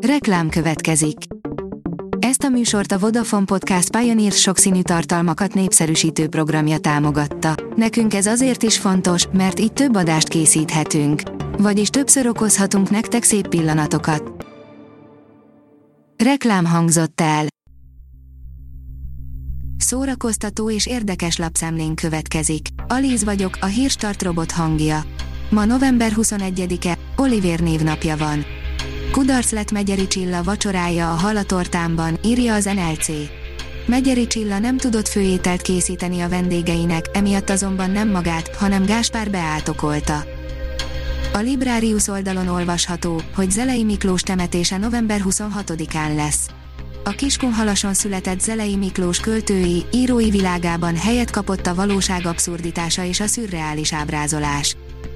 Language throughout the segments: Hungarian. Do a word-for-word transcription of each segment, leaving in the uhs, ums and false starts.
Reklám következik. Ezt a műsort a Vodafone Podcast Pioneer sokszínű tartalmakat népszerűsítő programja támogatta. Nekünk ez azért is fontos, mert így több adást készíthetünk. Vagyis többször okozhatunk nektek szép pillanatokat. Reklám hangzott el. Szórakoztató és érdekes lapszemlén következik. Alíz vagyok, a Hírstart robot hangja. Ma november huszonegyedike, Olivér névnapja van. Kudarc lett Megyeri Csilla vacsorája a halatortámban, írja az en el cé. Megyeri Csilla nem tudott főételt készíteni a vendégeinek, emiatt azonban nem magát, hanem Gáspár Beát okolta. A Librarius oldalon olvasható, hogy Zelei Miklós temetése november huszonhatodikán lesz. A Kiskunhalason született Zelei Miklós költői, írói világában helyet kapott a valóság abszurditása és a szürreális ábrázolás.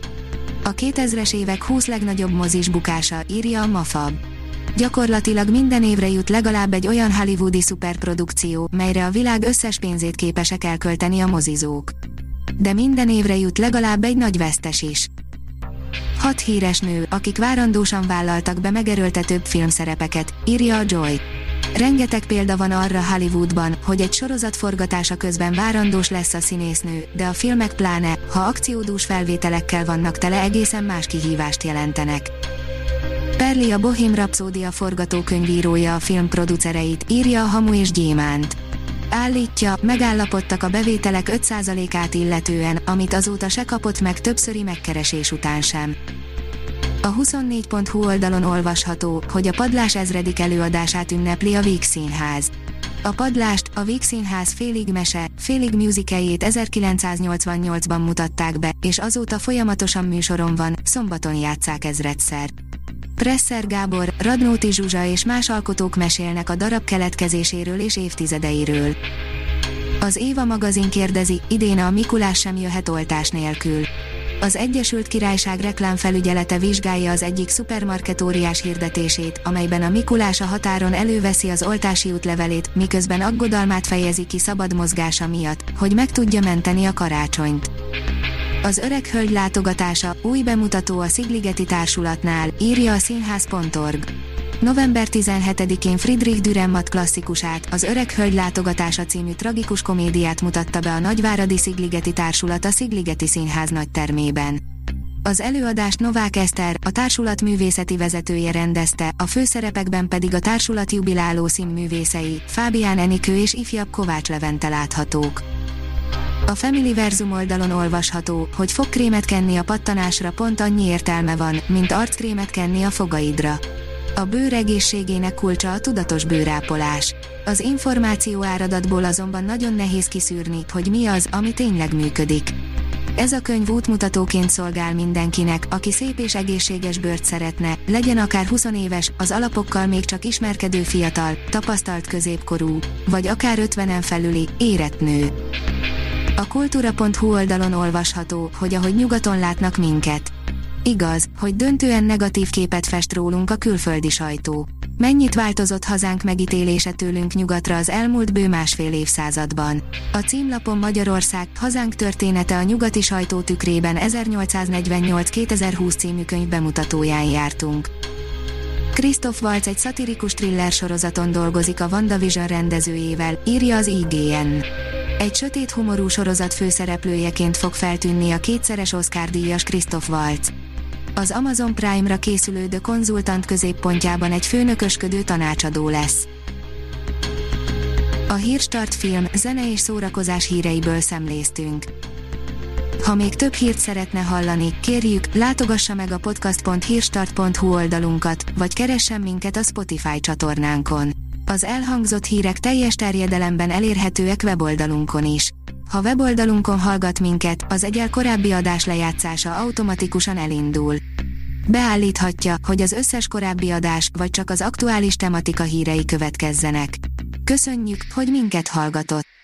A kétezres évek húsz legnagyobb mozis bukása, írja a Mafab. Gyakorlatilag minden évre jut legalább egy olyan hollywoodi szuperprodukció, melyre a világ összes pénzét képesek elkölteni a mozizók. De minden évre jut legalább egy nagy vesztes is. Hat híres nő, akik várandósan vállaltak be megerőltetőbb filmszerepeket, írja a Joy. Rengeteg példa van arra Hollywoodban, hogy egy sorozat forgatása közben várandós lesz a színésznő, de a filmek pláne, ha akciódús felvételekkel vannak tele, egészen más kihívást jelentenek. Perli a Bohém Rapszódia forgatókönyvírója a film producereit, írja a Hamu és Gyémánt. Állítja, megállapodtak a bevételek öt százalékát illetően, amit azóta se kapott meg többszöri megkeresés után sem. A huszonnégy pont hu oldalon olvasható, hogy a Padlás ezredik előadását ünnepli a Víg Színház. A Padlást, a Víg Színház félig mese, félig musicaljét ezerkilencszáznyolcvannyolcban mutatták be, és azóta folyamatosan műsoron van, szombaton játsszák ezredszer. Presser Gábor, Radnóti Zsuzsa és más alkotók mesélnek a darab keletkezéséről és évtizedeiről. Az Éva magazin kérdezi, idén a Mikulás sem jöhet oltás nélkül. Az Egyesült Királyság reklámfelügyelete vizsgálja az egyik szupermarket óriás hirdetését, amelyben a Mikulás a határon előveszi az oltási útlevelét, miközben aggodalmát fejezi ki szabad mozgása miatt, hogy meg tudja menteni a karácsonyt. Az öreg hölgy látogatása, új bemutató a Szigligeti Társulatnál, írja a színház pont org. november tizenhetedikén Friedrich Dürrenmatt klasszikusát, az Öreg hölgy látogatása című tragikus komédiát mutatta be a Nagyváradi Szigligeti Társulat a Szigligeti Színház nagytermében. Az előadást Novák Eszter, a társulat művészeti vezetője rendezte, a főszerepekben pedig a társulat jubiláló színművészei, Fábián Enikő és ifjabb Kovács Levente láthatók. A Familyverzum oldalon olvasható, hogy fogkrémet kenni a pattanásra pont annyi értelme van, mint arckrémet kenni a fogaidra. A bőr egészségének kulcsa a tudatos bőrápolás. Az információ áradatból azonban nagyon nehéz kiszűrni, hogy mi az, ami tényleg működik. Ez a könyv útmutatóként szolgál mindenkinek, aki szép és egészséges bőrt szeretne, legyen akár huszonéves, az alapokkal még csak ismerkedő fiatal, tapasztalt középkorú, vagy akár ötvenen felüli, érett nő. A kultúra pont hu oldalon olvasható, hogy ahogy nyugaton látnak minket. Igaz, hogy döntően negatív képet fest rólunk a külföldi sajtó. Mennyit változott hazánk megítélése tőlünk nyugatra az elmúlt bő másfél évszázadban. A címlapon Magyarország, hazánk története a nyugati sajtó tükrében ezernyolcszáznegyvennyolc-kétezer-húsz című könyv bemutatóján jártunk. Christoph Waltz egy szatirikus thriller sorozaton dolgozik a WandaVision rendezőjével, írja az i gé en. Egy sötét humorú sorozat főszereplőjeként fog feltűnni a kétszeres Oscar-díjas Christoph Waltz. Az Amazon Prime-ra készülő The Consultant középpontjában egy főnökösködő tanácsadó lesz. A Hírstart film, zene és szórakozás híreiből szemléztünk. Ha még több hírt szeretne hallani, kérjük, látogassa meg a podcast pont hírstart pont hu oldalunkat, vagy keressen minket a Spotify csatornánkon. Az elhangzott hírek teljes terjedelemben elérhetőek weboldalunkon is. Ha weboldalunkon hallgat minket, az egyel korábbi adás lejátszása automatikusan elindul. Beállíthatja, hogy az összes korábbi adás, vagy csak az aktuális tematika hírei következzenek. Köszönjük, hogy minket hallgatott!